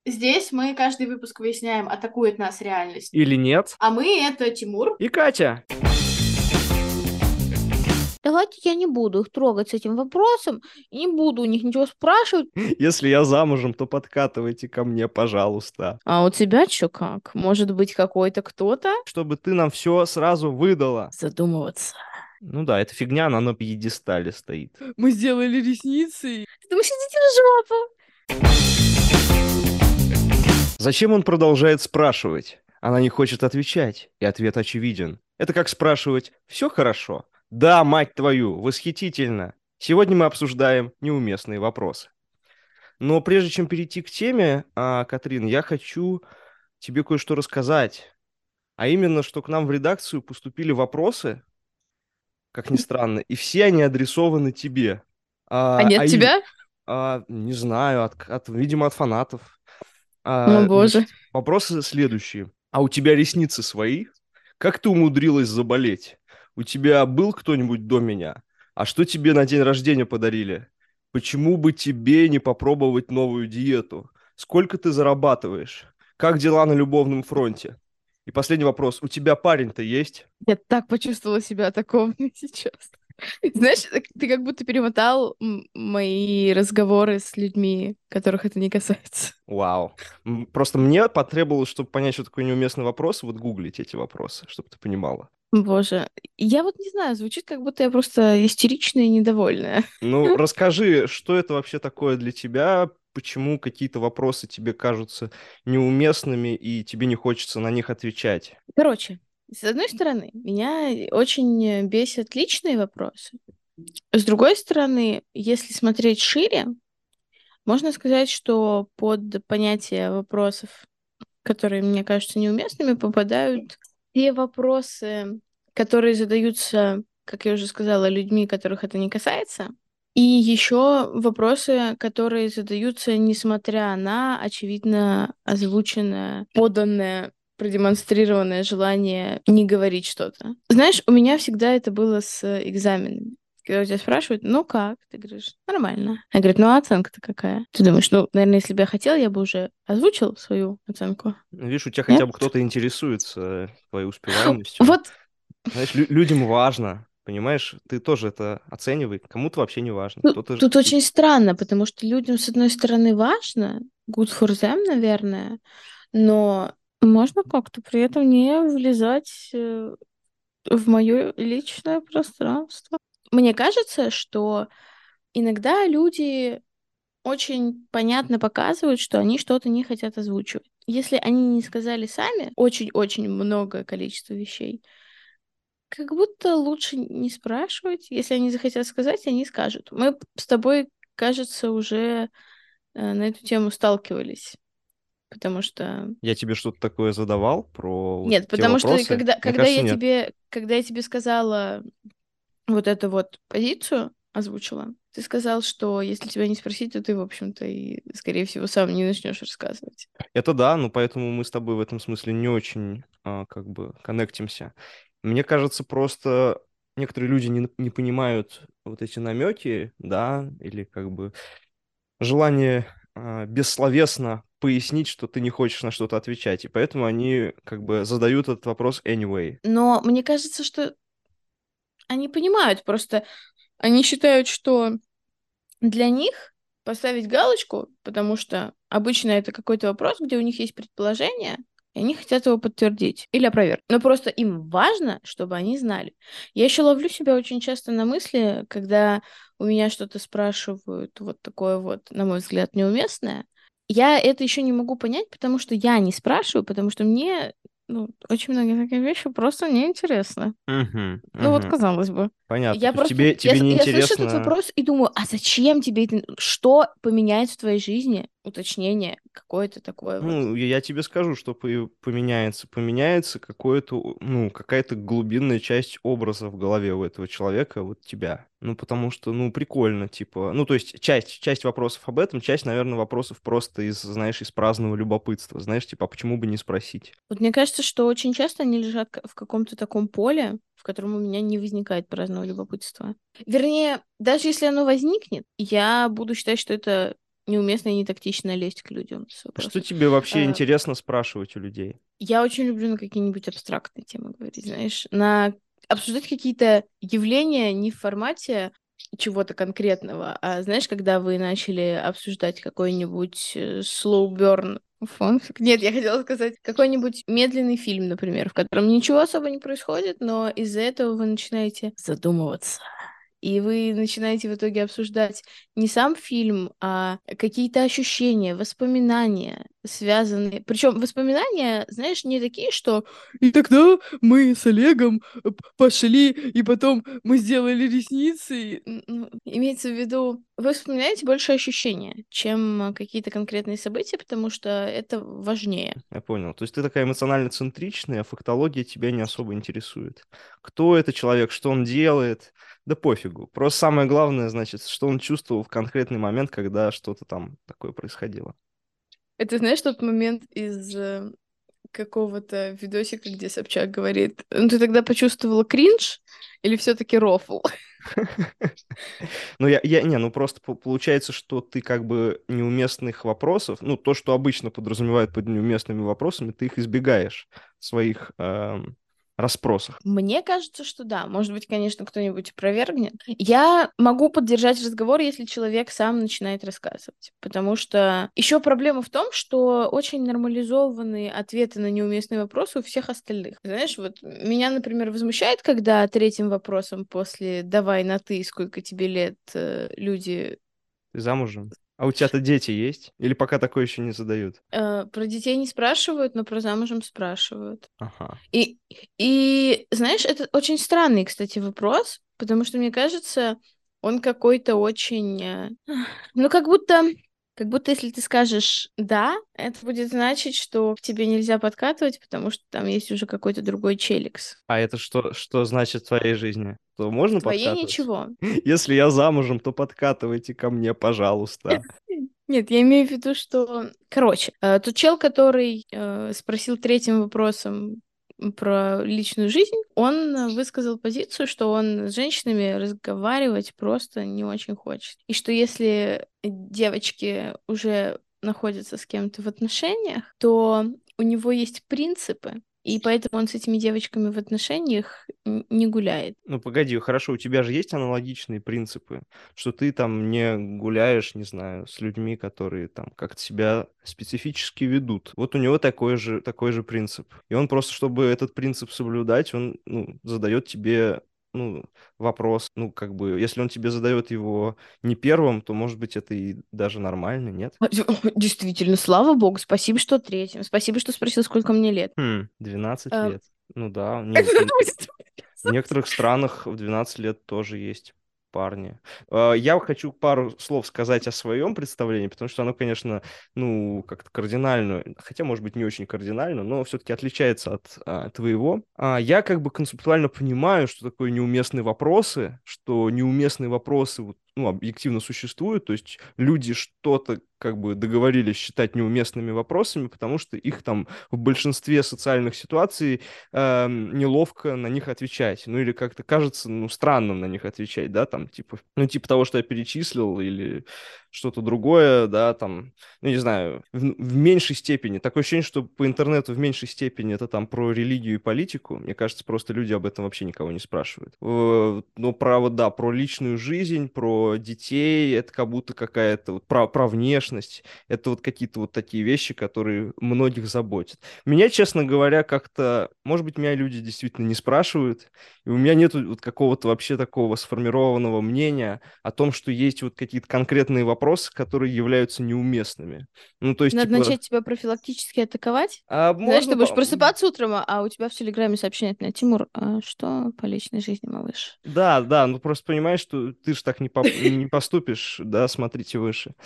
Здесь мы каждый выпуск выясняем, атакует нас реальность. Или нет? А мы — это Тимур. И Катя. Давайте я не буду их трогать с этим вопросом, и не буду у них ничего спрашивать. Если я замужем, то подкатывайте ко мне, пожалуйста. А у тебя что как? Может быть, какой-то кто-то? Чтобы ты нам все сразу выдала. Задумываться. Ну да, эта фигня, она на пьедестале стоит. Мы сделали ресницы. Ты думаешь, идите в жопу. Зачем он продолжает спрашивать? Она не хочет отвечать, и ответ очевиден. Это как спрашивать «все хорошо?» Да, мать твою, восхитительно. Сегодня мы обсуждаем неуместные вопросы. Но прежде чем перейти к теме, Катрин, я хочу тебе кое-что рассказать. А именно, что к нам в редакцию поступили вопросы, как ни странно, и все они адресованы тебе. А А, нет а и- тебя? не знаю, видимо, от фанатов. О, боже. Значит, вопросы следующие. А у тебя ресницы свои? Как ты умудрилась заболеть? У тебя был кто-нибудь до меня? А что тебе на день рождения подарили? Почему бы тебе не попробовать новую диету? Сколько ты зарабатываешь? Как дела на любовном фронте? И последний вопрос. У тебя парень-то есть? Я так почувствовала себя атакованной сейчас. Знаешь, ты как будто перемотал мои разговоры с людьми, которых это не касается. Вау. Просто мне потребовалось, чтобы понять, что такое неуместный вопрос, вот гуглить эти вопросы, чтобы ты понимала. Боже, я вот не знаю, звучит, как будто я просто истеричная и недовольная. Ну, расскажи, что это вообще такое для тебя, почему какие-то вопросы тебе кажутся неуместными, и тебе не хочется на них отвечать. Короче, с одной стороны, меня очень бесят личные вопросы. С другой стороны, если смотреть шире, можно сказать, что под понятие вопросов, которые мне кажутся неуместными, попадают те вопросы, которые задаются, как я уже сказала, людьми, которых это не касается, и еще вопросы, которые задаются, несмотря на очевидно озвученное, поданное, продемонстрированное желание не говорить что-то. Знаешь, у меня всегда это было с экзаменами. Когда у тебя спрашивают, ну как? Ты говоришь, нормально. Я говорю, ну а оценка-то какая? Ты думаешь, ну, наверное, если бы я хотела, я бы уже озвучил свою оценку. Ну, видишь, у тебя Нет? хотя бы кто-то интересуется твоей успеваемостью. Вот Знаешь, людям важно, понимаешь? Ты тоже это оценивай. Кому-то вообще не важно. тут, Кто-то... тут очень странно, потому что людям, с одной стороны, важно, good for them, наверное, но можно как-то при этом не влезать в мое личное пространство. Мне кажется, что иногда люди очень понятно показывают, что они что-то не хотят озвучивать. Если они не сказали сами очень-очень многое количество вещей, как будто лучше не спрашивать. Если они захотят сказать, они скажут. Мы с тобой, кажется, уже на эту тему сталкивались. Потому что... Я тебе что-то такое задавал про вот Нет, те потому что вопросы? когда, Мне когда кажется, я нет. тебе, когда я тебе сказала вот эту вот позицию, озвучила, ты сказал, что если тебя не спросить, то ты, в общем-то, и, скорее всего, сам не начнешь рассказывать. Это да, но поэтому мы с тобой в этом смысле не очень как бы коннектимся. Мне кажется, просто некоторые люди не понимают вот эти намеки, да, или как бы желание бессловесно пояснить, что ты не хочешь на что-то отвечать, и поэтому они как бы задают этот вопрос anyway. Но мне кажется, что они понимают, просто они считают, что для них поставить галочку, потому что обычно это какой-то вопрос, где у них есть предположение, и они хотят его подтвердить или опровергнуть. Но просто им важно, чтобы они знали. Я еще ловлю себя очень часто на мысли, когда у меня что-то спрашивают вот такое вот, на мой взгляд, неуместное. Я это еще не могу понять, потому что я не спрашиваю, потому что мне очень многие такие вещи просто неинтересны. Угу, Ну вот, угу. казалось бы. Понятно. Я То есть просто, тебе не я слышу этот интересно. вопрос и думаю, а зачем тебе это? Что поменяется в твоей жизни? Уточнение какое-то такое вот. Ну, я тебе скажу, что поменяется. Поменяется какое-то, ну, какая-то глубинная часть образа в голове у этого человека, вот тебя. Ну, потому что, ну, прикольно, типа, ну, то есть часть вопросов об этом, часть, наверное, вопросов просто из, знаешь, из праздного любопытства, знаешь, типа, а почему бы не спросить? Вот мне кажется, что очень часто они лежат в каком-то таком поле, в котором у меня не возникает праздного любопытства. Вернее, даже если оно возникнет, я буду считать, что это неуместно и нетактично лезть к людям с Что вопросом. тебе вообще Э, интересно спрашивать у людей? Я очень люблю на какие-нибудь абстрактные темы говорить, знаешь, обсуждать какие-то явления не в формате чего-то конкретного, а знаешь, когда вы начали обсуждать какой-нибудь slow burn фанфик. Нет, я хотела сказать какой-нибудь медленный фильм, например, в котором ничего особо не происходит, но из-за этого вы начинаете задумываться. И вы начинаете в итоге обсуждать не сам фильм, а какие-то ощущения, воспоминания, связанные. Причем воспоминания, знаешь, не такие, что «И тогда мы с Олегом пошли, и потом мы сделали ресницы». Ну, имеется в виду, вы вспоминаете больше ощущения, чем какие-то конкретные события, потому что это важнее. Я понял. То есть ты такая эмоционально центричная, а фактология тебя не особо интересует. Кто это человек, что он делает? Да пофигу. Просто самое главное, значит, что он чувствовал в конкретный момент, когда что-то там такое происходило. Это, знаешь, тот момент из какого-то видосика, где Собчак говорит, ну ты тогда почувствовала кринж или все-таки рофл? Ну, ну просто получается, что ты как бы неуместных вопросов, ну, то, что обычно подразумевают под неуместными вопросами, ты их избегаешь в своих расспросах. Мне кажется, что да. Может быть, конечно, кто-нибудь опровергнет. Я могу поддержать разговор, если человек сам начинает рассказывать. Потому что еще проблема в том, что очень нормализованные ответы на неуместные вопросы у всех остальных. Знаешь, вот меня, например, возмущает, когда третьим вопросом после «давай на ты, сколько тебе лет» люди Ты замужем? А у тебя-то дети есть? Или пока такое еще не задают? про детей не спрашивают, но про замужем спрашивают. Ага. И знаешь, это очень странный, кстати, вопрос, потому что, мне кажется, он какой-то очень... ну, как будто если ты скажешь «да», это будет значить, что к тебе нельзя подкатывать, потому что там есть уже какой-то другой челикс. А это что значит в твоей жизни? То можно В твоей подкатывать? ничего. Если я замужем, то подкатывайте ко мне, пожалуйста. Нет, я имею в виду, что... Короче, тот чел, который спросил третьим вопросом про личную жизнь, он высказал позицию, что он с женщинами разговаривать просто не очень хочет. И что если девочки уже находятся с кем-то в отношениях, то у него есть принципы, и поэтому он с этими девочками в отношениях не гуляет. Ну, погоди, хорошо, у тебя же есть аналогичные принципы, что ты там не гуляешь, не знаю, с людьми, которые там как-то себя специфически ведут. Вот у него такой же принцип. И он просто, чтобы этот принцип соблюдать, он, ну, задает тебе, ну, вопрос. Ну, как бы, если он тебе задает его не первым, то, может быть, это и даже нормально, нет? Действительно, слава богу, спасибо, что третьим. Спасибо, что спросил, сколько мне лет. 12 Эм, лет. Ну да, Это не, будет в некоторых странах в 12 лет тоже есть парни. Я хочу пару слов сказать о своем представлении, потому что оно, конечно, ну, как-то кардинально, хотя, может быть, не очень кардинально, но все-таки отличается от твоего. Я как бы концептуально понимаю, что такое неуместные вопросы, что неуместные вопросы вот, ну, объективно существуют, то есть люди что-то как бы договорились считать неуместными вопросами, потому что их там в большинстве социальных ситуаций неловко на них отвечать. Ну, или как-то кажется, ну, странным на них отвечать, да, там, типа, ну, типа того, что я перечислил, или что-то другое, да, там, ну, не знаю, в меньшей степени. Такое ощущение, что по интернету в меньшей степени это там про религию и политику. Мне кажется, просто люди об этом вообще никого не спрашивают. Но про, вот, да, про личную жизнь, про детей, это как будто какая-то, вот, про внешность, это вот какие-то вот такие вещи, которые многих заботят. Меня, честно говоря, как-то, может быть, меня люди действительно не спрашивают, и у меня нет вот какого-то вообще такого сформированного мнения о том, что есть вот какие-то конкретные вопросы, которые являются неуместными. Ну, то есть, Надо типа, начать тебя профилактически атаковать. Знаешь, можно... ты будешь просыпаться утром, а у тебя в Телеграме сообщение от меня: Тимур, а что по личной жизни, малыш? Да, да, ну просто понимаешь, что ты же так не поступишь, да, смотрите выше.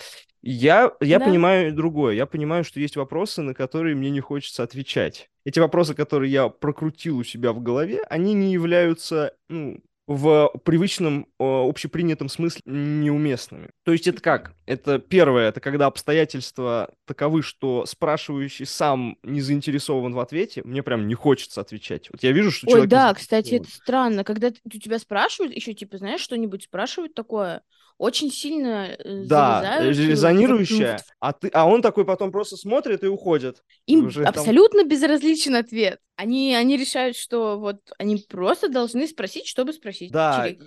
Я Да. понимаю другое. Я понимаю, что есть вопросы, на которые мне не хочется отвечать. Эти вопросы, которые я прокрутил у себя в голове, они не являются, ну, в привычном, общепринятом смысле неуместными. То есть это как? Это первое, это когда обстоятельства таковы, что спрашивающий сам не заинтересован в ответе, мне прям не хочется отвечать. Вот я вижу, что Ой, человек не да, кстати, заинтересован. это странно, когда у тебя спрашивают, еще типа, знаешь, что-нибудь спрашивают такое, очень сильно Да, залезают резонирующая, а он такой потом просто смотрит и уходит. им Уже там. абсолютно безразличен ответ. Они решают, что вот они просто должны спросить, чтобы спросить. Да, Чирик.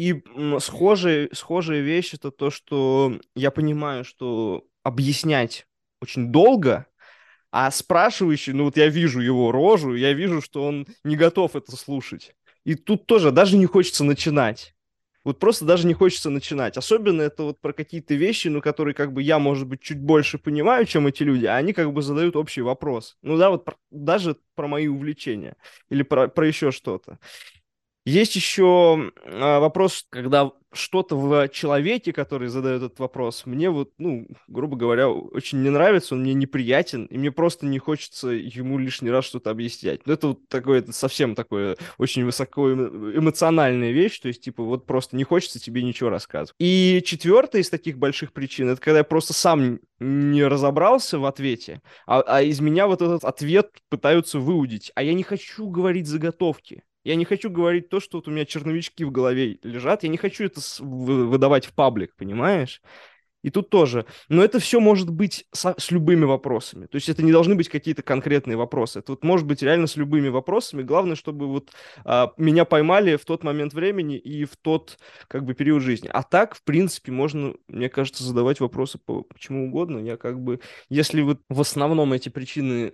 схожие вещи, это то, что я понимаю, что объяснять очень долго, а спрашивающий, ну вот я вижу его рожу, я вижу, что он не готов это слушать. И тут тоже даже не хочется начинать. Вот просто даже не хочется начинать. Особенно это вот про какие-то вещи, ну, которые как бы я, может быть, чуть больше понимаю, чем эти люди, а они как бы задают общий вопрос. Ну да, вот даже про мои увлечения или про еще что-то. Есть еще вопрос, когда что-то в человеке, который задает этот вопрос, мне вот, ну, грубо говоря, очень не нравится, он мне неприятен, и мне просто не хочется ему лишний раз что-то объяснять. Ну, это вот такое, это совсем такое очень высоко эмоциональная вещь, то есть, типа, вот просто не хочется тебе ничего рассказывать. И четвертая из таких больших причин, это когда я просто сам не разобрался в ответе, а из меня вот этот ответ пытаются выудить, а я не хочу говорить заготовки. Я не хочу говорить то, что вот у меня черновички в голове лежат. Я не хочу это выдавать в паблик, понимаешь? И тут тоже. Но это все может быть с любыми вопросами. То есть это не должны быть какие-то конкретные вопросы. Это вот может быть реально с любыми вопросами. Главное, чтобы вот меня поймали в тот момент времени и в тот как бы период жизни. А так, в принципе, можно, мне кажется, задавать вопросы по чему угодно. Я как бы, если вот в основном эти причины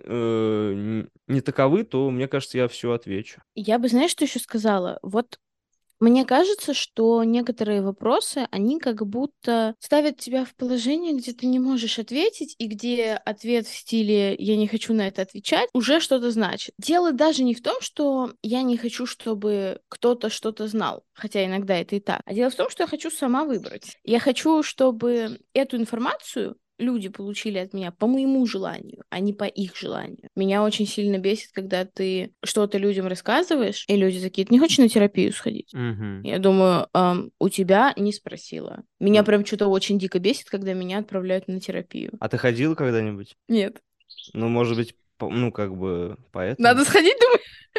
не таковы, то, мне кажется, я все отвечу. Я бы, знаешь, что еще сказала? Вот мне кажется, что некоторые вопросы, они как будто ставят тебя в положение, где ты не можешь ответить, и где ответ в стиле «я не хочу на это отвечать» уже что-то значит. Дело даже не в том, что я не хочу, чтобы кто-то что-то знал, хотя иногда это и так, а дело в том, что я хочу сама выбрать. Я хочу, чтобы эту информацию люди получили от меня по моему желанию, а не по их желанию. Меня очень сильно бесит, когда ты что-то людям рассказываешь, и люди такие: «Ты не хочешь на терапию сходить?» Мгм. Я думаю, у тебя не спросила. Меня прям что-то очень дико бесит, когда меня отправляют на терапию. А ты ходил когда-нибудь? Нет. Ну, может быть, ну, как бы поэтому. Надо сходить, думаю.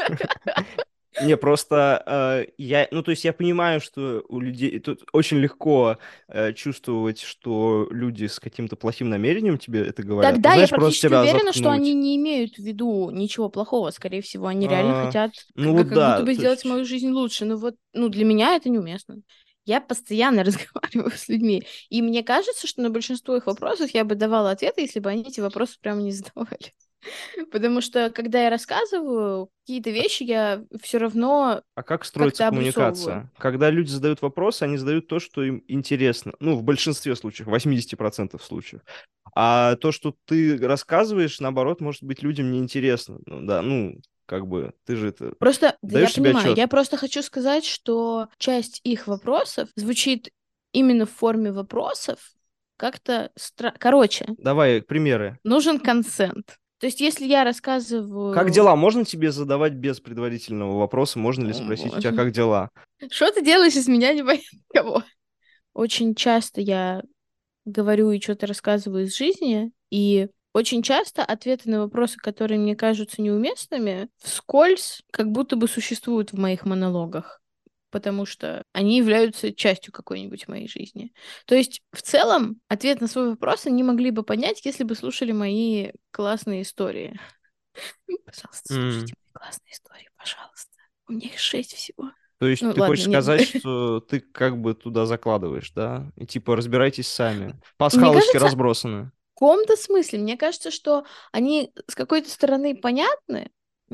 Не, просто ну, то есть я понимаю, что у людей тут очень легко чувствовать, что люди с каким-то плохим намерением тебе это говорят. Ну, Тогда я знаешь, просто практически тебя уверена, что они заткнуть. не имеют в виду ничего плохого. Скорее всего, они реально А, хотят ну вот как будто да, бы то сделать есть. мою жизнь лучше. Но вот, ну, для меня это неуместно. Я постоянно разговариваю с людьми. И мне кажется, что на большинство их вопросов я бы давала ответы, если бы они эти вопросы прямо не задавали. Потому что, когда я рассказываю какие-то вещи, я все равно А как строится как-то обрисовываю. коммуникация? Когда люди задают вопросы, они задают то, что им интересно. Ну, в большинстве случаев, 80% случаев. А то, что ты рассказываешь, наоборот, может быть, людям неинтересно. Ну, да, ну, как бы, ты же это Просто, да, я даешь себе понимаю, отчет. я просто хочу сказать, что часть их вопросов звучит именно в форме вопросов как-то короче, Давай примеры. нужен консент. То есть, если я Как рассказываю... дела? Можно тебе задавать без предварительного вопроса? Можно ли О, спросить у тебя, боже. как дела? Что ты делаешь из меня, не понятно кого? Очень часто я говорю и что-то рассказываю из жизни, и очень часто ответы на вопросы, которые мне кажутся неуместными, вскользь как будто бы существуют в моих монологах, потому что они являются частью какой-нибудь моей жизни. То есть, в целом, ответ на свой вопрос они могли бы понять, если бы слушали мои классные истории. Пожалуйста, М. слушайте мои классные истории, пожалуйста. У меня их 6 всего. То есть Ну, ты ладно, хочешь нет. сказать, что ты как бы туда закладываешь, да? И типа разбирайтесь сами. Мне Пасхалочки кажется, разбросаны. в каком-то смысле, мне кажется, что они с какой-то стороны понятны.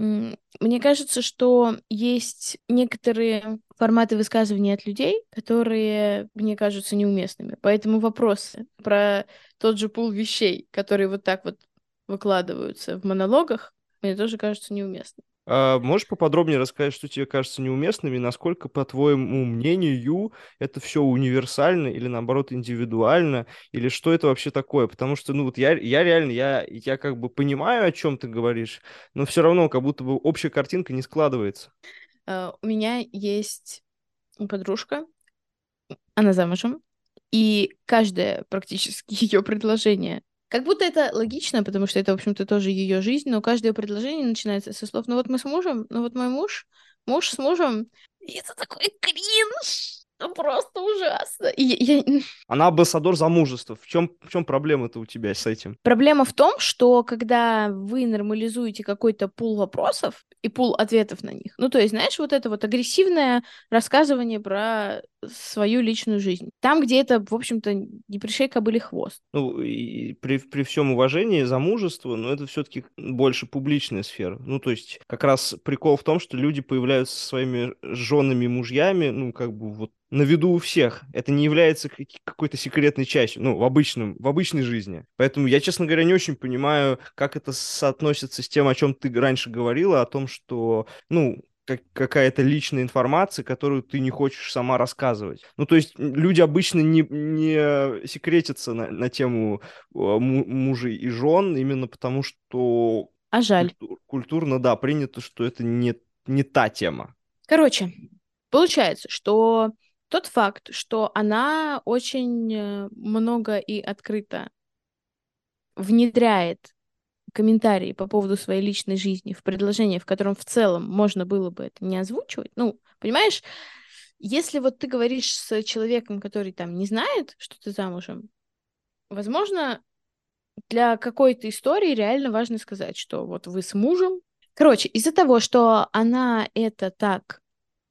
Мне кажется, что есть некоторые форматы высказывания от людей, которые мне кажутся неуместными. Поэтому вопросы про тот же пул вещей, которые вот так вот выкладываются в монологах, мне тоже кажутся неуместными. А можешь поподробнее рассказать, что тебе кажется неуместным, и насколько, по твоему мнению, это все универсально или, наоборот, индивидуально, или что это вообще такое? Потому что, ну, вот я реально, я как бы понимаю, о чем ты говоришь, но все равно как будто бы общая картинка не складывается. У меня есть подружка, она замужем, и каждое практически ее предложение, как будто это логично, потому что это, в общем-то, тоже ее жизнь, но каждое предложение начинается со слов: ну вот мы с мужем, ну вот мой муж с мужем. И это такой кринж, ну просто ужасно. Она амбассадор замужества. В чем проблема-то у тебя с этим? Проблема в том, что когда вы нормализуете какой-то пул вопросов и пул ответов на них, ну, то есть, знаешь, вот это вот агрессивное рассказывание про свою личную жизнь, там, где это, в общем-то, не пришей кобыле хвост. Ну, и при всем уважении замужество, но это все-таки больше публичная сфера. Ну, то есть, как раз прикол в том, что люди появляются со своими женами, мужьями, ну, как бы вот на виду у всех. Это не является какой-то секретной частью, ну, в обычной жизни. Поэтому я, честно говоря, не очень понимаю, как это соотносится с тем, о чем ты раньше говорила, о том, что, ну, какая-то личная информация, которую ты не хочешь сама рассказывать. Ну, то есть люди обычно не секретятся на тему мужей и жен, именно потому что А жаль. культурно, да, принято, что это не та тема. Короче, получается, что тот факт, что она очень много и открыто внедряет комментарии по поводу своей личной жизни в предложение, в котором в целом можно было бы это не озвучивать. Ну, понимаешь, если вот ты говоришь с человеком, который там не знает, что ты замужем, возможно, для какой-то истории реально важно сказать, что вот вы с мужем. Короче, из-за того, что она это так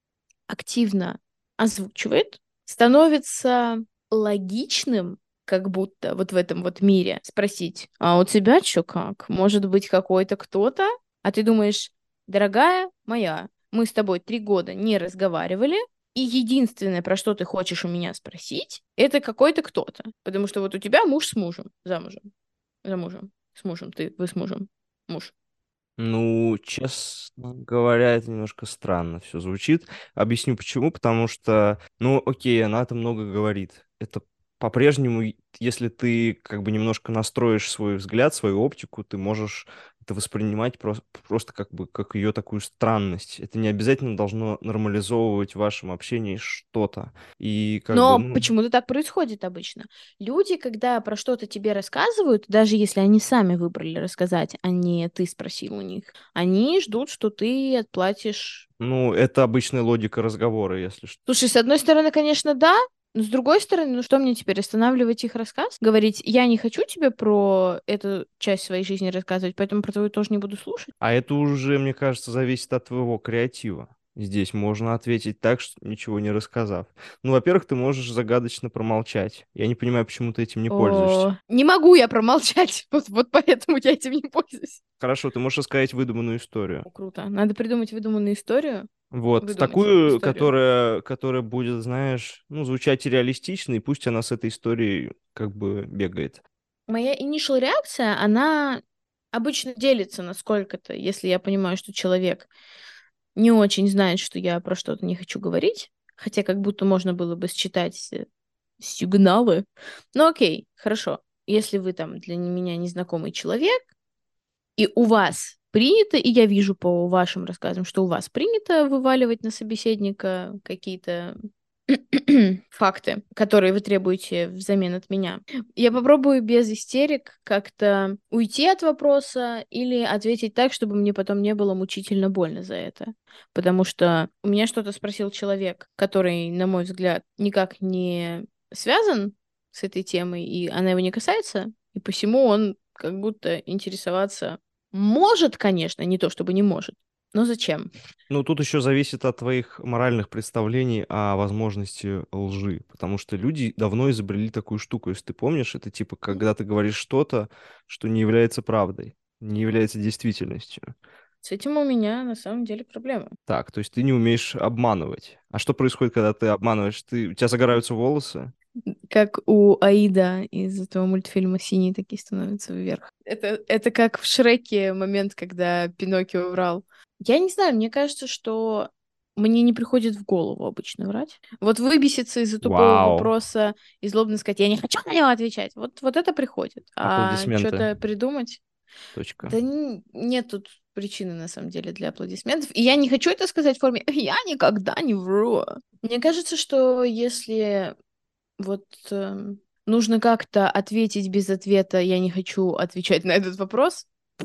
активно озвучивает, становится логичным, как будто вот в этом вот мире спросить: а у тебя что как? Может быть, какой-то кто-то? А ты думаешь: дорогая моя, мы с тобой 3 года не разговаривали, и единственное, про что ты хочешь у меня спросить, это какой-то кто-то. Потому что вот у тебя муж с мужем, замужем, с мужем, вы с мужем, муж. Ну, честно говоря, это немножко странно все звучит. Объясню почему. Потому что, ну, окей, она это много говорит. Это по-прежнему, если ты как бы немножко настроишь свой взгляд, свою оптику, ты можешь это воспринимать просто как бы как ее такую странность. Это не обязательно должно нормализовывать в вашем общении что-то. И как бы, Но ну, почему-то так происходит обычно. Люди, когда про что-то тебе рассказывают, даже если они сами выбрали рассказать, а не ты спросил у них, они ждут, что ты отплатишь. ну, это обычная логика разговора, если что. Слушай, с одной стороны, конечно, да, но с другой стороны, ну что мне теперь, останавливать их рассказ? Говорить: я не хочу тебе про эту часть своей жизни рассказывать, поэтому про твою тоже не буду слушать. А это уже, мне кажется, зависит от твоего креатива. Здесь можно ответить так, что ничего не рассказав. Ну, во-первых, ты можешь загадочно промолчать. Я не понимаю, почему ты этим не пользуешься. Не могу я промолчать, вот поэтому я этим не пользуюсь. Хорошо, ты можешь рассказать выдуманную историю. Круто. Надо придумать выдуманную историю. Вот, Выдумать такую, историю. которая будет, знаешь, ну, звучать реалистично, и пусть она с этой историей как бы бегает. Моя initial реакция, она обычно делится на сколько-то, если я понимаю, что человек не очень знает, что я про что-то не хочу говорить, хотя как будто можно было бы считать сигналы. Ну окей, хорошо. Если вы там для меня незнакомый человек, и у вас принято, и я вижу по вашим рассказам, что у вас принято вываливать на собеседника какие-то факты, которые вы требуете взамен от меня. Я попробую без истерик как-то уйти от вопроса или ответить так, чтобы мне потом не было мучительно больно за это. Потому что у меня что-то спросил человек, который, на мой взгляд, никак не связан с этой темой, и она его не касается, и посему он как будто интересоваться может, конечно, не то чтобы не может, но зачем? Ну, тут еще зависит от твоих моральных представлений о возможности лжи, потому что люди давно изобрели такую штуку, если ты помнишь, это типа, когда ты говоришь что-то, что не является правдой, не является действительностью. С этим у меня на самом деле проблема. Так, то есть ты не умеешь обманывать. А что происходит, когда ты обманываешь? У тебя загораются волосы? Как у Аида из этого мультфильма «Синие такие становятся вверх». Это как в Шреке момент, когда Пиноккио врал. Я не знаю, мне кажется, что мне не приходит в голову обычно врать. Вот выбеситься из-за тупого Вау. вопроса и злобно сказать: я не хочу на него отвечать. Вот это приходит. А Аплодисменты. что-то придумать? Точка. Да нет тут причины, на самом деле, для аплодисментов. И я не хочу это сказать в форме «я никогда не вру». Мне кажется, что если вот нужно как-то ответить без ответа «я не хочу отвечать на этот вопрос»,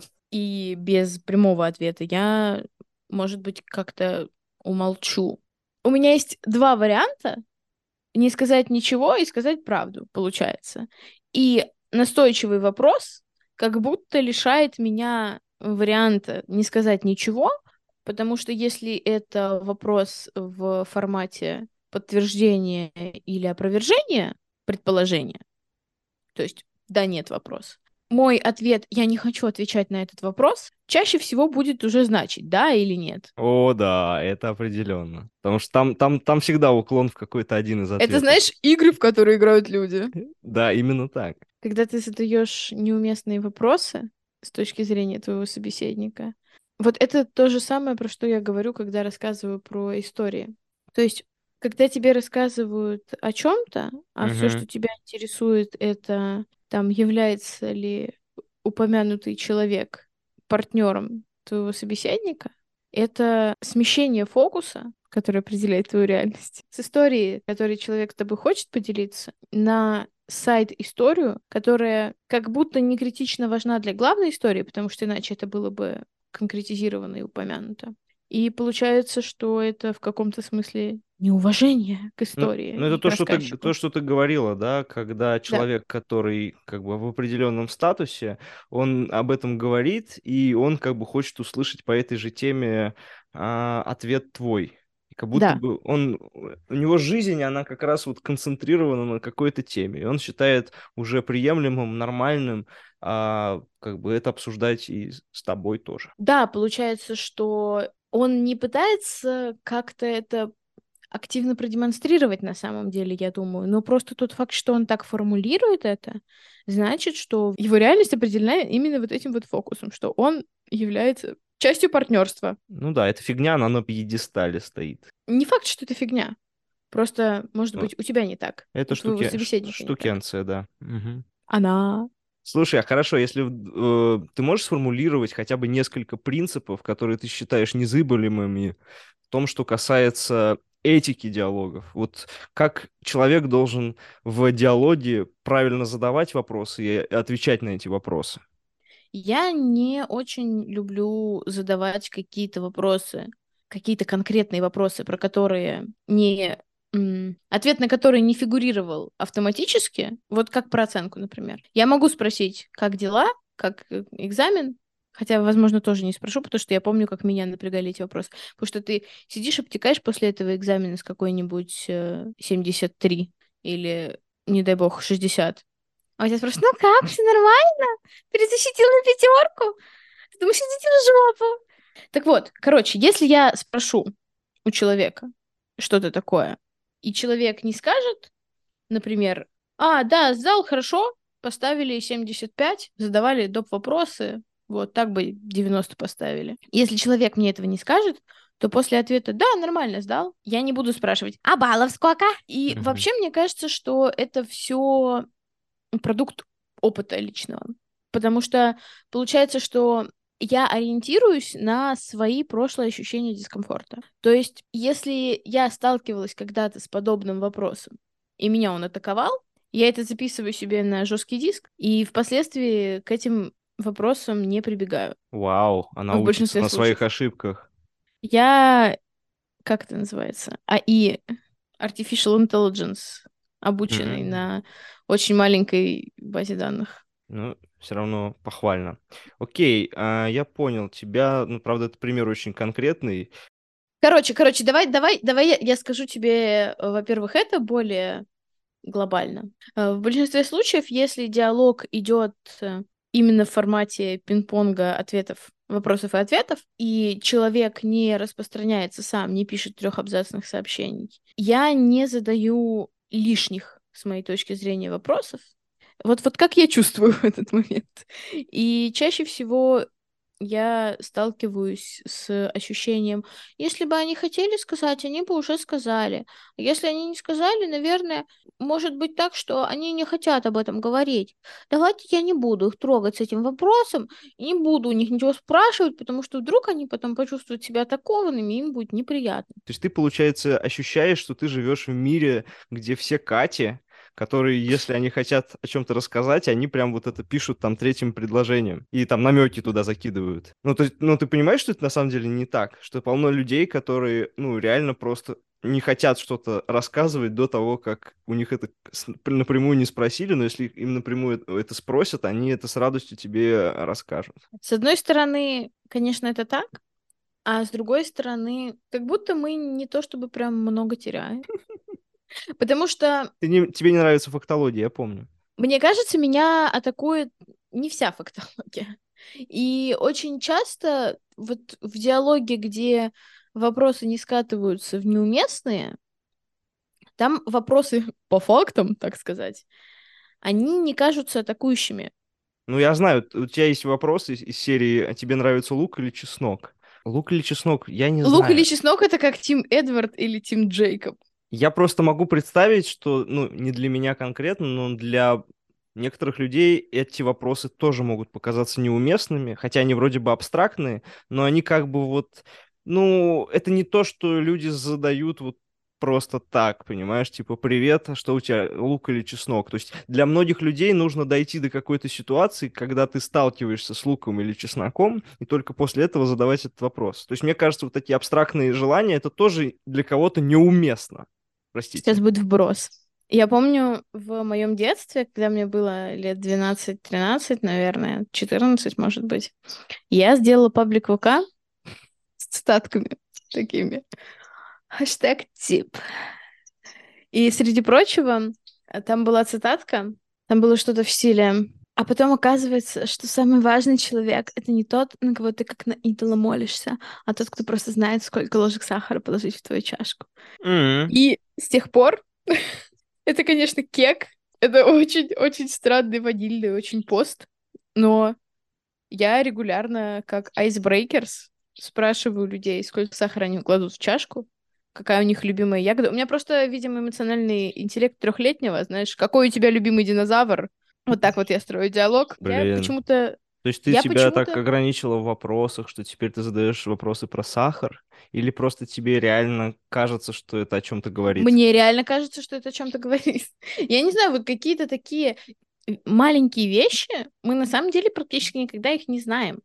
и без прямого ответа я, может быть, как-то умолчу. У меня есть два варианта: не сказать ничего и сказать правду, получается. И настойчивый вопрос как будто лишает меня варианта не сказать ничего, потому что если это вопрос в формате подтверждения или опровержения предположения, то есть да, нет, вопрос, мой ответ «я не хочу отвечать на этот вопрос» чаще всего будет уже значить да или нет. О, да, это определенно. Потому что там всегда уклон в какой-то один из Это, ответов. знаешь, игры, в которые играют люди. Да, именно так. Когда ты задаешь неуместные вопросы с точки зрения твоего собеседника, вот это то же самое, про что я говорю, когда рассказываю про истории. То есть, когда тебе рассказывают о чем-то, а все, Мгм. что тебя интересует, это там является ли упомянутый человек партнером твоего собеседника, это смещение фокуса, которое определяет твою реальность, с истории, которой человек с тобой хочет поделиться, на сайд-историю, которая как будто не критично важна для главной истории, потому что иначе это было бы конкретизировано и упомянуто. И получается, что это в каком-то смысле неуважение к истории Ну, это и к рассказчику. то, что ты говорила, да, когда Да. человек, который как бы в определенном статусе, он об этом говорит, и он как бы хочет услышать по этой же теме ответ твой. И как будто Да. бы у него жизнь, она как раз вот концентрирована на какой-то теме, и он считает уже приемлемым, нормальным, как бы это обсуждать и с тобой тоже. Да, получается, что он не пытается как-то это активно продемонстрировать на самом деле, я думаю. Но просто тот факт, что он так формулирует это, значит, что его реальность определена именно вот этим вот фокусом, что он является частью партнерства. Ну да, эта фигня, она на пьедестале стоит. Не факт, что это фигня. Просто, может Ну, быть, у тебя не так, это у твоего собеседника не так. штукенция, да. Мгм. Она... Слушай, а хорошо, если ты можешь сформулировать хотя бы несколько принципов, которые ты считаешь незыблемыми в том, что касается этики диалогов? Вот как человек должен в диалоге правильно задавать вопросы и отвечать на эти вопросы? Я не очень люблю задавать какие-то вопросы, какие-то конкретные вопросы, про которые не... ответ на который не фигурировал автоматически, вот как про оценку, например. Я могу спросить, как дела, как экзамен, хотя, возможно, тоже не спрошу, потому что я помню, как меня напрягали эти вопросы. Потому что ты сидишь, обтекаешь после этого экзамена с какой-нибудь 73 или, не дай бог, 60. А у тебя спрашивают, ну как, все нормально? Перезащитил на пятерку? Ты думаешь, идите в жопу. Так вот, короче, если я спрошу у человека что-то такое, и человек не скажет, например, да, сдал хорошо, поставили 75, задавали доп. Вопросы, вот так бы 90 поставили. Если человек мне этого не скажет, то после ответа «да, нормально сдал», я не буду спрашивать «а баллов сколько?» И Мгм. вообще мне кажется, что это все продукт опыта личного. Потому что получается, что я ориентируюсь на свои прошлые ощущения дискомфорта. То есть, если я сталкивалась когда-то с подобным вопросом, и меня он атаковал, я это записываю себе на жесткий диск, и впоследствии к этим вопросам не прибегаю. Вау, она В учится большинстве на своих случаев. ошибках. Я, как это называется? АИ, Artificial Intelligence, обученный Мгм. на очень маленькой базе данных. Ну, все равно похвально. Окей, я понял тебя. Ну, правда, это пример очень конкретный. Короче, давай я скажу тебе, во-первых, это более глобально. В большинстве случаев, если диалог идет именно в формате пинг-понга ответов, вопросов и ответов, и человек не распространяется сам, не пишет трехабзацных сообщений, я не задаю лишних, с моей точки зрения, вопросов. Вот как я чувствую в этот момент. И чаще всего я сталкиваюсь с ощущением, если бы они хотели сказать, они бы уже сказали. А если они не сказали, наверное, может быть так, что они не хотят об этом говорить. Давайте я не буду их трогать с этим вопросом, и не буду у них ничего спрашивать, потому что вдруг они потом почувствуют себя атакованными, и им будет неприятно. То есть ты, получается, ощущаешь, что ты живешь в мире, где все Кати, которые, если они хотят о чем-то рассказать, они прям вот это пишут там третьим предложением и там намеки туда закидывают. Ну, то есть, ну, ты понимаешь, что это на самом деле не так? Что полно людей, которые, ну, реально просто не хотят что-то рассказывать до того, как у них это напрямую не спросили, но если им напрямую это спросят, они это с радостью тебе расскажут. С одной стороны, конечно, это так, а с другой стороны, как будто мы не то чтобы прям много теряем. Потому что, Тебе не нравится фактология, я помню. мне кажется, меня атакует не вся фактология. И очень часто вот в диалоге, где вопросы не скатываются в неуместные, там вопросы по фактам, так сказать, они не кажутся атакующими. Ну, я знаю, у тебя есть вопросы из серии «А тебе нравится лук или чеснок?» Лук или чеснок? Я не Лук или знаю. чеснок — это как Тим Эдвард или Тим Джейкоб. Я просто могу представить, что, ну, не для меня конкретно, но для некоторых людей эти вопросы тоже могут показаться неуместными, хотя они вроде бы абстрактные, но они как бы вот, ну, это не то, что люди задают вот просто так, понимаешь, типа, привет, а что у тебя, лук или чеснок? То есть для многих людей нужно дойти до какой-то ситуации, когда ты сталкиваешься с луком или чесноком, и только после этого задавать этот вопрос. То есть мне кажется, вот такие абстрактные желания, это тоже для кого-то неуместно. Сейчас Простите. будет вброс. Я помню в моем детстве, когда мне было лет 12-13, наверное, 14, может быть, я сделала паблик ВК с цитатками такими. Хэштег тип. И среди прочего, там была цитатка, там было что-то в стиле: а потом оказывается, что самый важный человек — это не тот, на кого ты как на идола молишься, а тот, кто просто знает, сколько ложек сахара положить в твою чашку. М. И с тех пор это, конечно, кек. Это очень-очень странный, ванильный, очень пост. Но я регулярно, как Icebreakers, спрашиваю людей, сколько сахара они кладут в чашку, какая у них любимая ягода. У меня просто, видимо, эмоциональный интеллект трехлетнего, знаешь, какой у тебя любимый динозавр? Вот так вот я строю диалог. Я Блин. почему-то... То есть ты Я себя так почему-то... ограничила в вопросах, что теперь ты задаешь вопросы про сахар? Или просто тебе реально кажется, что это о чем-то говорит? Мне реально кажется, что это о чем-то говорит. Я не знаю, вот какие-то такие маленькие вещи, мы на самом деле практически никогда их не знаем.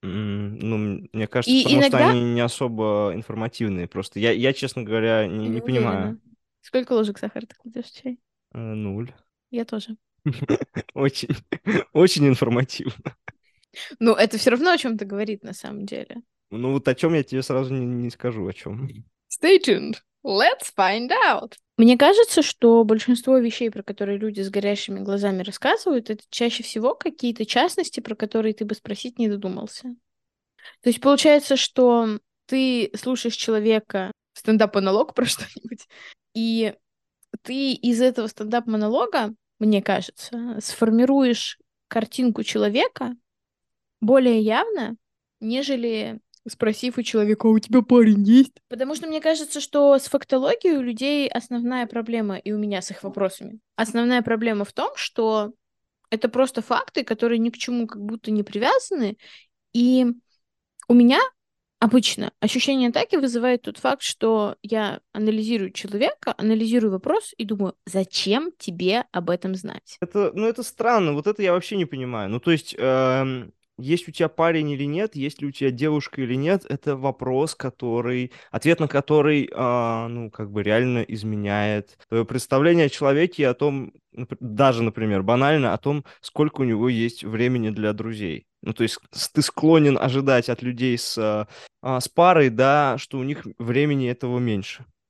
Ну, мне кажется, И потому что иногда... они не особо информативные. Просто я честно говоря, не Не понимаю. уверена. Сколько ложек сахара ты кладешь в чай? 0. Я тоже. Очень, очень информативно. Ну, это все равно о чем-то говорит на самом деле. Ну, вот о чем я тебе сразу не скажу, о чем. Stay tuned. Let's find out. Мне кажется, что большинство вещей, про которые люди с горящими глазами рассказывают, это чаще всего какие-то частности, про которые ты бы спросить не додумался. То есть получается, что ты слушаешь человека стендап-монолог про что-нибудь, и ты из этого стендап-монолога, мне кажется, сформируешь картинку человека более явно, нежели спросив у человека: «А у тебя парень есть?» Потому что мне кажется, что с фактологией у людей основная проблема, и у меня с их вопросами, основная проблема в том, что это просто факты, которые ни к чему как будто не привязаны, и у меня обычно ощущение атаки вызывает тот факт, что я анализирую человека, анализирую вопрос и думаю: зачем тебе об этом знать? Это странно, вот это я вообще не понимаю. Ну, то есть, есть у тебя парень или нет, есть ли у тебя девушка или нет, это вопрос, ответ на который, ну, как бы реально изменяет твое представление о человеке и о том, даже, например, банально, о том, сколько у него есть времени для друзей. Ну, то есть ты склонен ожидать от людей с парой, да, что у них времени этого меньше.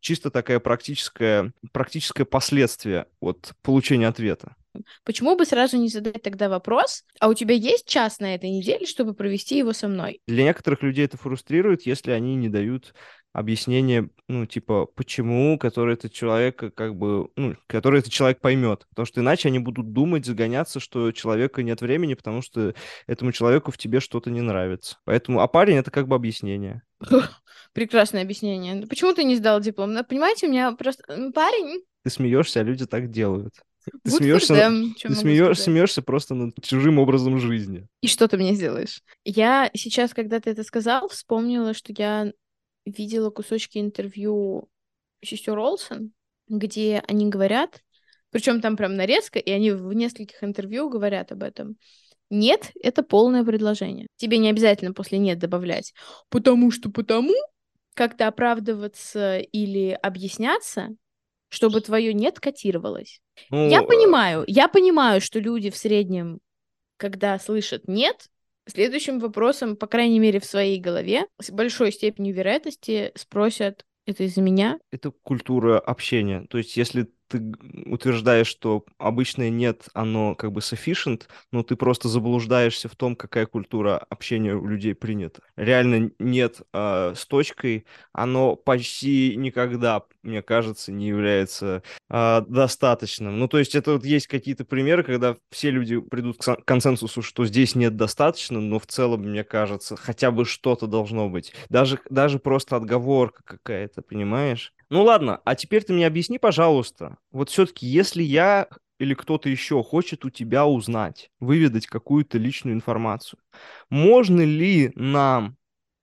чисто такая практическое последствие от получения ответа. Почему бы сразу не задать тогда вопрос, а у тебя есть час на этой неделе, чтобы провести его со мной? Для некоторых людей это фрустрирует, если они не дают объяснение, ну, типа, почему, который этот человек, как бы, ну, который этот человек поймет. Потому что иначе они будут думать, загоняться, что у человека нет времени, потому что этому человеку в тебе что-то не нравится. Поэтому, а парень — это как бы объяснение. Прекрасное объяснение. Ну, почему ты не сдал диплом? Ну, понимаете, у меня просто парень, Ты смеешься, а люди так делают. Ты good for смеешься, them, что могу сказать. смеешься просто над чужим образом жизни. И что ты мне сделаешь? Я сейчас, когда ты это сказал, вспомнила, что я видела кусочки интервью сестер Олсен, где они говорят, причем там прям нарезка, и они в нескольких интервью говорят об этом. Нет, это полное предложение. Тебе не обязательно после нет добавлять. Потому что как-то оправдываться или объясняться, чтобы твое нет котировалось. Я Ну, понимаю, что люди в среднем, когда слышат нет, следующим вопросом, по крайней мере, в своей голове, с большой степенью вероятности спросят: это из-за меня? это культура общения. То есть, если ты утверждаешь, что обычное нет, оно как бы sufficient, но ты просто заблуждаешься в том, какая культура общения у людей принята. Реально нет с точкой, оно почти никогда, мне кажется, не является достаточным. Ну, то есть, это вот есть какие-то примеры, когда все люди придут к консенсусу, что здесь нет достаточно, но в целом, мне кажется, хотя бы что-то должно быть. Даже просто отговорка какая-то, понимаешь? Ну ладно, а теперь ты мне объясни, пожалуйста, вот все-таки, если я или кто-то еще хочет у тебя узнать, выведать какую-то личную информацию, можно ли нам,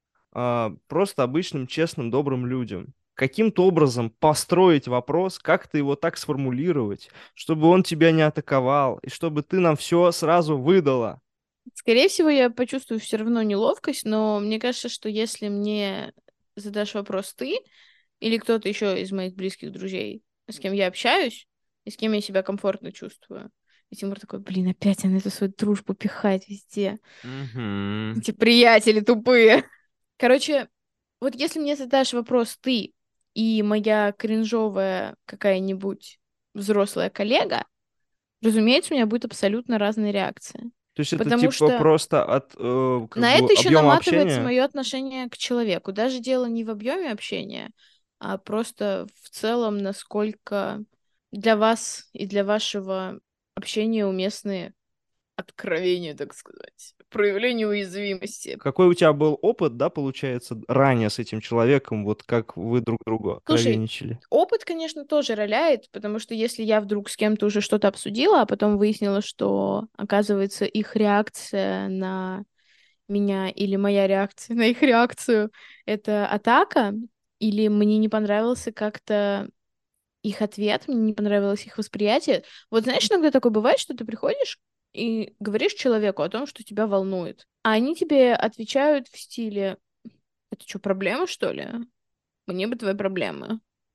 просто обычным, честным, добрым людям, каким-то образом построить вопрос, как-то его так сформулировать, чтобы он тебя не атаковал, и чтобы ты нам все сразу выдала? Скорее всего, я почувствую все равно неловкость, но мне кажется, что если мне задашь вопрос ты или кто-то еще из моих близких друзей, с кем я общаюсь и с кем я себя комфортно чувствую, и Тимур такой: блин, опять она эту свою дружбу пихает везде. Мгм. Эти приятели тупые. Короче, вот если мне задашь вопрос ты и моя кринжовая какая-нибудь взрослая коллега, разумеется, у меня будет абсолютно разная реакция. То есть это Потому типа что просто от как на бы это еще объема наматывается общения? мое отношение к человеку. Даже дело не в объеме общения, а просто в целом, насколько для вас и для вашего общения уместны откровения, так сказать, проявление уязвимости. Какой у тебя был опыт, да, получается, ранее с этим человеком, вот как вы друг другу Слушай, откровенничали? опыт, конечно, тоже роляет, потому что если я вдруг с кем-то уже что-то обсудила, а потом выяснила, что, оказывается, их реакция на меня или моя реакция на их реакцию — это атака, или мне не понравился как-то их ответ, мне не понравилось их восприятие. Вот знаешь, иногда такое бывает, что ты приходишь и говоришь человеку о том, что тебя волнует, а они тебе отвечают в стиле: это что, проблема, что ли? Мне бы твои проблемы.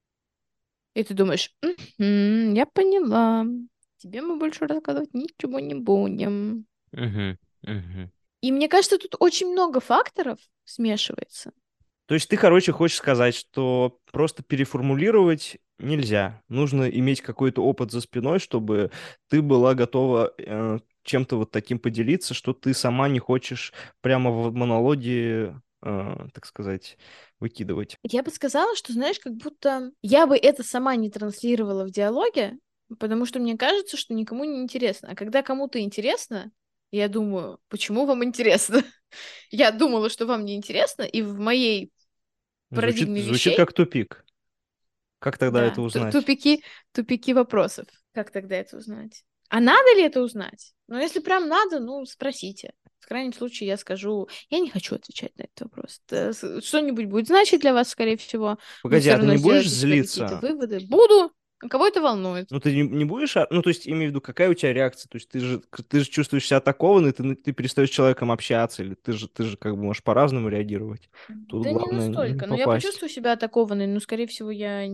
И ты думаешь: «Мгм, я поняла. Тебе мы больше рассказывать ничего не будем». Мгм, мгм. И мне кажется, тут очень много факторов смешивается. То есть ты, короче, хочешь сказать, что просто переформулировать нельзя. Нужно иметь какой-то опыт за спиной, чтобы ты была готова чем-то вот таким поделиться, что ты сама не хочешь прямо в монологе, так сказать, выкидывать. Я бы сказала, что, знаешь, как будто я бы это сама не транслировала в диалоге, потому что мне кажется, что никому не интересно. А когда кому-то интересно, я думаю: почему вам интересно? Я думала, что вам не интересно, и в моей Звучит, парадигме звучит вещей, как тупик. Как тогда это да, узнать? тупики вопросов. Как тогда это узнать? А надо ли это узнать? Ну, если прям надо, ну, спросите. В крайнем случае я скажу: я не хочу отвечать на этот вопрос. Это что-нибудь будет значить для вас, скорее всего. Вы Погоди, все а ты равно не будешь сделаете себе какие-то злиться? выводы. Буду. А кого это волнует? Ну, ты не будешь, ну, то есть, имею в виду, какая у тебя реакция? То есть, ты же чувствуешь себя атакованной, ты перестаешь с человеком общаться, или ты же как бы можешь по-разному реагировать. Тут Да не главное не настолько. Но я попасть. почувствую себя атакованной, но, скорее всего, я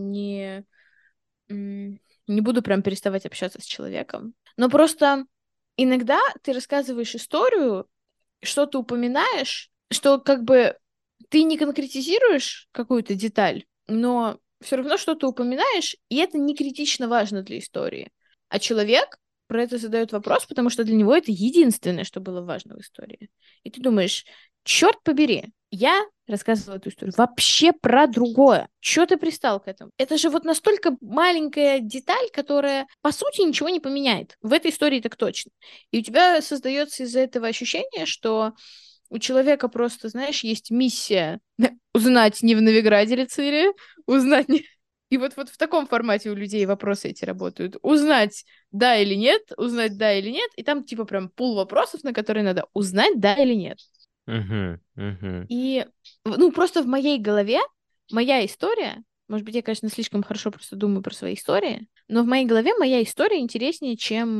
не буду прям переставать общаться с человеком. Но просто иногда ты рассказываешь историю, что-то упоминаешь, что как бы ты не конкретизируешь какую-то деталь, но все равно что-то упоминаешь, и это не критично важно для истории. А человек про это задает вопрос, потому что для него это единственное, что было важно в истории. И ты думаешь, черт побери, я рассказывала эту историю вообще про другое. Чё ты пристал к этому? Это же вот настолько маленькая деталь, которая, по сути, ничего не поменяет. В этой истории так точно. И у тебя создается из-за этого ощущение, что у человека просто, знаешь, есть миссия узнать, не в Новиграде ли Цири, узнать не... И вот в таком формате у людей вопросы эти работают. Узнать, да или нет, узнать, да или нет, и там типа прям пул вопросов, на которые надо узнать, да или нет. Угу, угу. И, ну, просто в моей голове моя история, может быть, я, конечно, слишком хорошо просто думаю про свои истории, но в моей голове моя история интереснее,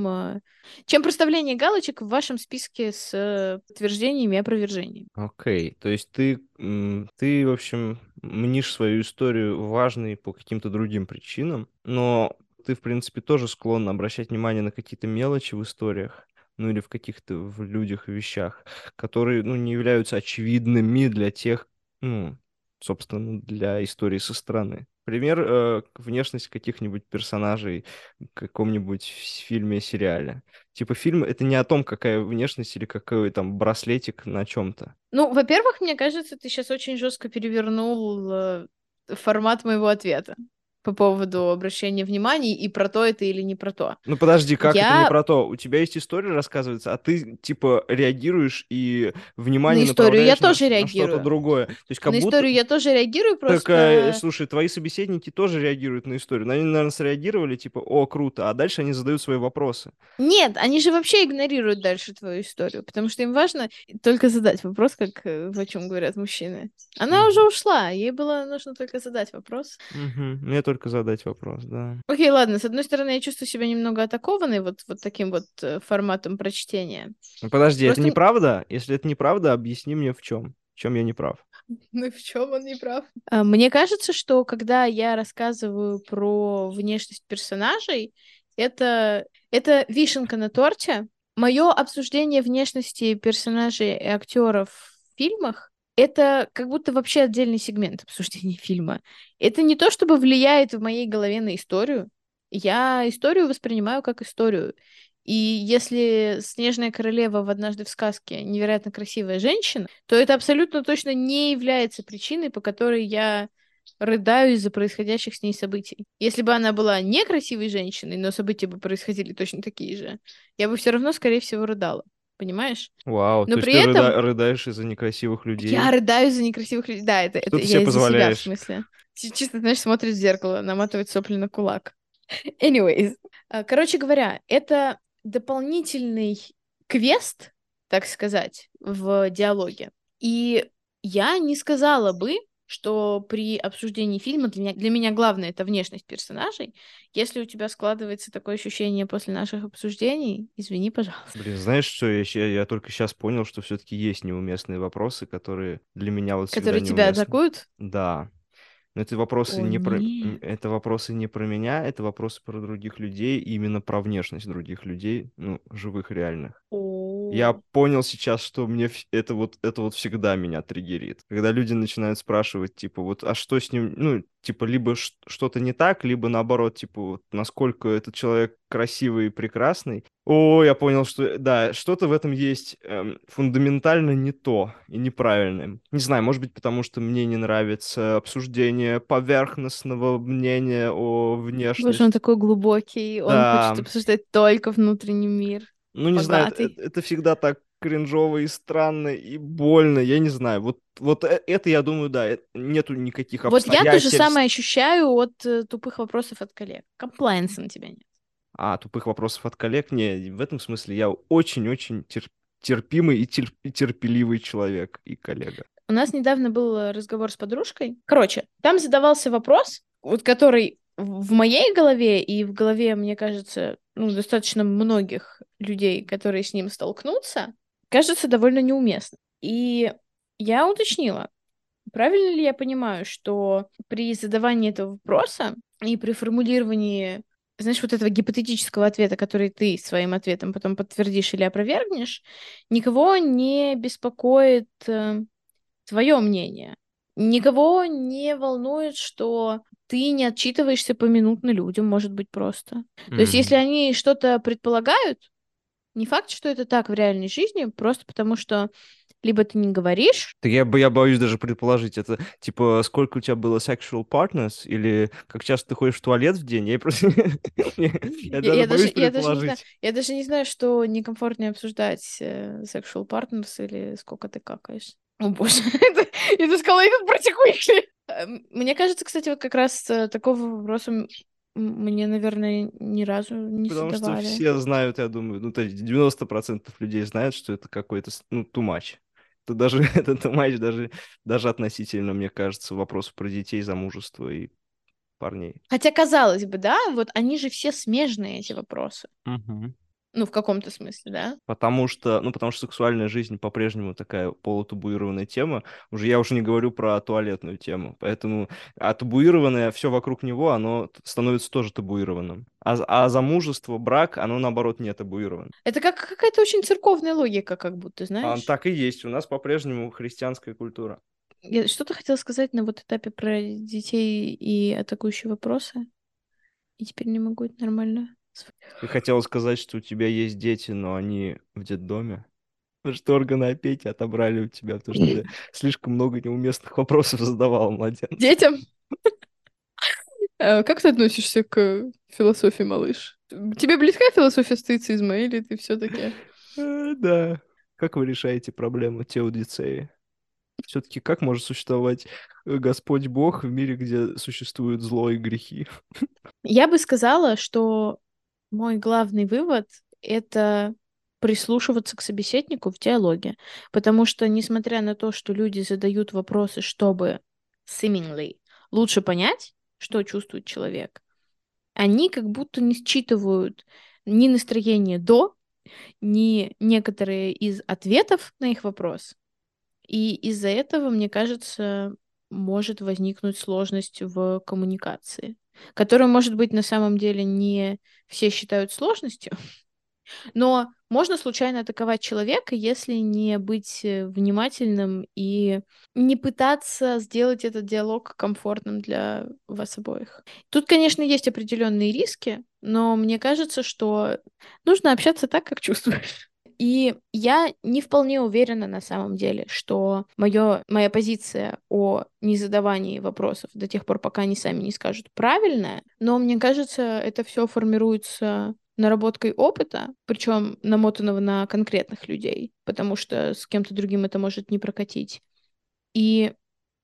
чем проставление галочек в вашем списке с подтверждениями и опровержениями. Окей, то есть ты, в общем, мнишь свою историю важной по каким-то другим причинам, но ты, в принципе, тоже склонна обращать внимание на какие-то мелочи в историях, ну или в каких-то в людях и вещах, которые, ну, не являются очевидными для тех, ну, собственно, для истории со стороны. Пример, внешность каких-нибудь персонажей в каком-нибудь фильме, сериале. Типа фильм — это не о том, какая внешность или какой там браслетик на чем-то. Ну, во-первых, мне кажется, ты сейчас очень жестко перевернул формат моего ответа по поводу обращения внимания и про то это или не про то. Ну подожди, как это не Я про то? У тебя есть история рассказывается, а ты типа реагируешь и на внимание историю я направляешь тоже на что-то реагирую. другое. То есть как На будто... историю я тоже реагирую, Так, просто... слушай, твои собеседники тоже реагируют на историю. Но они, наверное, среагировали, типа, о, круто, а дальше они задают свои вопросы. Нет, они же вообще игнорируют дальше твою историю, потому что им важно только задать вопрос, как о чем говорят мужчины. Она уже Мгм. ушла, ей было нужно только задать вопрос. Мгм. Мне только задать вопрос, да. Окей, ладно, с одной стороны, я чувствую себя немного атакованной вот таким вот форматом прочтения. Ну, подожди, это Просто, неправда? Если это неправда, объясни мне в чем. В чем я не прав. ну и в чем он не прав? Мне кажется, что когда я рассказываю про внешность персонажей, это вишенка на торте. Мое обсуждение внешности персонажей и актеров в фильмах это как будто вообще отдельный сегмент обсуждения фильма. Это не то, чтобы влияет в моей голове на историю. Я историю воспринимаю как историю. И если Снежная королева в «Однажды в сказке» невероятно красивая женщина, то это абсолютно точно не является причиной, по которой я рыдаю из-за происходящих с ней событий. Если бы она была некрасивой женщиной, но события бы происходили точно такие же, я бы все равно, скорее всего, рыдала. Понимаешь? Вау, то Но есть при ты этом рыдаешь из-за некрасивых я людей? рыдаю из-за некрасивых людей. Да, Что это ты себе я из-за себя, в позволяешь? смысле. Чисто, знаешь, смотрит в зеркало, наматывает сопли на кулак. Anyways. Короче говоря, это дополнительный квест, так сказать, в диалоге. И я не сказала бы, что при обсуждении фильма для меня главное это внешность персонажей. Если у тебя складывается такое ощущение после наших обсуждений, извини, пожалуйста. Блин, знаешь что, я только сейчас понял, что все-таки есть неуместные вопросы, которые для меня вот всегда Которые тебя неуместны. атакуют? Да. Но это вопросы О, нет. это вопросы не про меня, это вопросы про других людей, и именно про внешность других людей, ну, живых, реальных. Я О. понял сейчас, что мне это вот всегда меня триггерит. Когда люди начинают спрашивать, типа, вот, а что с ним, ну, типа, либо что-то не так, либо наоборот, типа, вот, насколько этот человек красивый и прекрасный. О, я понял, что, да, что-то в этом есть фундаментально не то и неправильное. Не знаю, может быть, потому что мне не нравится обсуждение поверхностного мнения о Боже, он внешности. такой глубокий, он хочет Да, обсуждать только внутренний мир, ну, не знаю, богатый. это всегда так кринжово и странно и больно, я не знаю. Вот это, я думаю, да, нету никаких Вот я то же обстоятельств. самое ощущаю от тупых вопросов от коллег. Комплайенса на тебя нет. А, тупых вопросов от коллег. Не, в этом смысле я очень-очень терпимый и терпеливый человек и коллега. У нас недавно был разговор с подружкой. Короче, там задавался вопрос, вот который в моей голове и в голове, мне кажется, ну, достаточно многих людей, которые с ним столкнутся, кажется довольно неуместным. И я уточнила, правильно ли я понимаю, что при задавании этого вопроса и при формулировании, знаешь, вот этого гипотетического ответа, который ты своим ответом потом подтвердишь или опровергнешь, никого не беспокоит твое мнение. Никого не волнует, что ты не отчитываешься поминутно людям, может быть, просто. То есть если они что-то предполагают, не факт, что это так в реальной жизни, просто потому что либо ты не говоришь. Так я боюсь даже предположить, это типа сколько у тебя было sexual partners, или как часто ты ходишь в туалет в день? Я просто... Я даже боюсь предположить. Я даже не знаю, что некомфортнее обсуждать sexual partners или сколько ты какаешь. О боже, это сказала этот протекующий. Мне кажется, кстати, вот как раз такого вопроса мне, наверное, ни разу не Потому что задавали. все знают, я думаю, ну, то есть 90% людей знают, что это какой-то, ну, too much. Это даже это too much, даже относительно, мне кажется, вопросов про детей, замужество и парней. Хотя, казалось бы, да, вот они же все смежные, эти вопросы. Мгм. Ну, в каком-то смысле, да? Потому что сексуальная жизнь по-прежнему такая полутабуированная тема. Я уже не говорю про туалетную тему. Поэтому табуированное все вокруг него, оно становится тоже табуированным. А замужество, брак, оно наоборот не табуировано. Это как какая-то очень церковная логика, как будто, знаешь. Так и есть. У нас по-прежнему христианская культура. Я что-то хотела сказать на вот этапе про детей и атакующие вопросы, и теперь не могу это нормально. Ты хотела сказать, что у тебя есть дети, но они в детдоме? Что органы опеки отобрали у тебя, потому что ты слишком много неуместных вопросов задавал младенцам. Детям? Как ты относишься к философии, малыш? Тебе близка философия стоицизма, или ты все-таки... Да. Как вы решаете проблему теодицеи? Все-таки как может существовать Господь Бог в мире, где существует зло и грехи? Я бы сказала, что мой главный вывод — это прислушиваться к собеседнику в диалоге. Потому что, несмотря на то, что люди задают вопросы, чтобы seemingly лучше понять, что чувствует человек, они как будто не считывают ни настроение до, ни некоторые из ответов на их вопрос. И из-за этого, мне кажется, может возникнуть сложность в коммуникации, которую, может быть, на самом деле не все считают сложностью, но можно случайно атаковать человека, если не быть внимательным и не пытаться сделать этот диалог комфортным для вас обоих. Тут, конечно, есть определенные риски, но мне кажется, что нужно общаться так, как чувствуешь. И я не вполне уверена на самом деле, что моя позиция о незадавании вопросов до тех пор, пока они сами не скажут правильная, но мне кажется, это все формируется наработкой опыта, причем намотанного на конкретных людей, потому что с кем-то другим это может не прокатить. И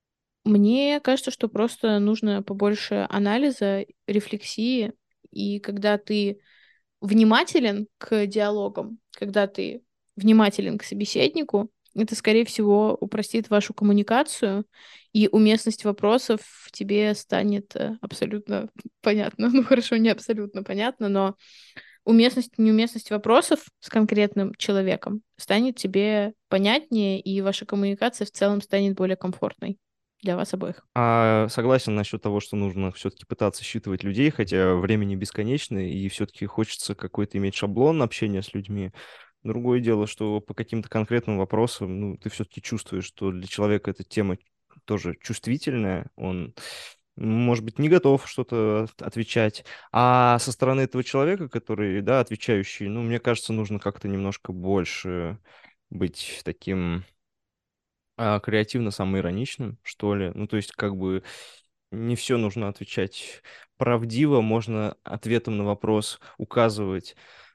мне кажется, что просто нужно побольше анализа, рефлексии, и когда ты внимателен к диалогам, когда ты внимателен к собеседнику, это, скорее всего, упростит вашу коммуникацию, и уместность вопросов тебе станет абсолютно понятна. Ну, хорошо, не абсолютно понятно, но уместность и неуместность вопросов с конкретным человеком станет тебе понятнее, и ваша коммуникация в целом станет более комфортной для вас обоих. Согласен насчет того, что нужно все-таки пытаться считывать людей, хотя времени бесконечно, и все-таки хочется какой-то иметь шаблон общения с людьми. Другое дело, что по каким-то конкретным вопросам, ну, ты все-таки чувствуешь, что для человека эта тема тоже чувствительная, он, может быть, не готов что-то отвечать. А со стороны этого человека, который, да, отвечающий, ну, мне кажется, нужно как-то немножко больше быть таким креативно самоироничным, что ли. Ну, то есть, как бы не все нужно отвечать правдиво, можно ответом на вопрос указывать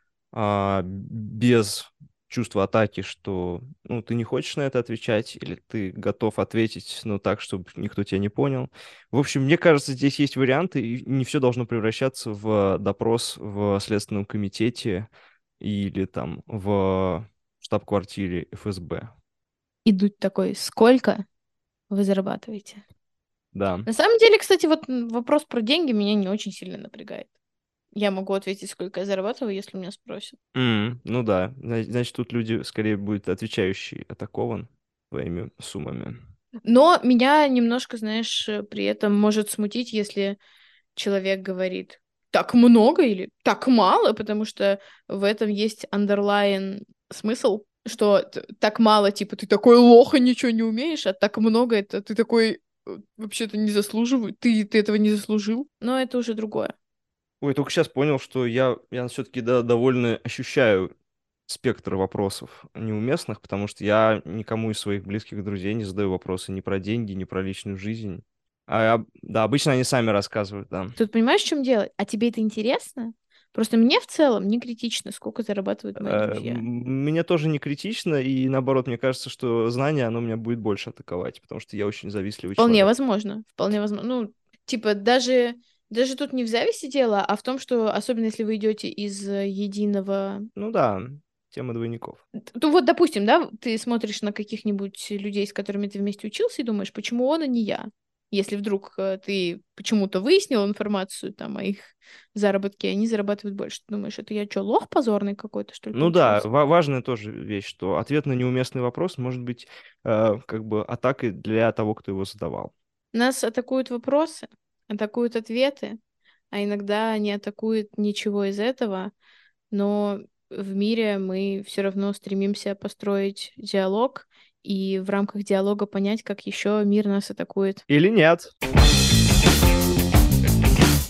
без чувства атаки, что ну, ты не хочешь на это отвечать, или ты готов ответить, но так, чтобы никто тебя не понял. В общем, мне кажется, здесь есть варианты, и не все должно превращаться в допрос в Следственном комитете или там в штаб-квартире ФСБ. Идут такой, сколько вы зарабатываете? Да. На самом деле, кстати, вот вопрос про деньги меня не очень сильно напрягает. Я могу ответить, сколько я зарабатываю, если меня спросят. Ну да, значит, тут люди скорее будут отвечающие атакован своими суммами. Но меня немножко, знаешь, при этом может смутить, если человек говорит так много или так мало, потому что в этом есть underlying смысл, что так мало, типа, ты такой лох и ничего не умеешь, а так много, это ты такой вообще-то не заслуживают, ты этого не заслужил. Но это уже другое. Ой, только сейчас понял, что я все-таки довольно ощущаю спектр вопросов неуместных, потому что я никому из своих близких друзей не задаю вопросы ни про деньги, ни про личную жизнь. Да, обычно они сами рассказывают, да. Тут понимаешь, в чем дело? А тебе это интересно? Просто мне в целом не критично, сколько зарабатывают мои друзья. Мне тоже не критично, и наоборот, мне кажется, что знание, оно меня будет больше атаковать, потому что я очень завистливый Вполне человек. возможно, вполне возможно. Ну, типа, даже тут не в зависти дело, а в том, что, особенно если вы идете из единого... Ну да, тема двойников. Ну вот, допустим, да, ты смотришь на каких-нибудь людей, с которыми ты вместе учился, и думаешь, почему он, а не я? Если вдруг ты почему-то выяснил информацию там о их заработке, и они зарабатывают больше. Ты думаешь, это я что, лох позорный какой-то, что ли, Ну да, получился? важная тоже вещь, что ответ на неуместный вопрос может быть как бы атакой для того, кто его задавал. Нас атакуют вопросы, атакуют ответы, а иногда они атакуют ничего из этого, но в мире мы все равно стремимся построить диалог и в рамках диалога понять, как еще мир нас атакует. Или нет?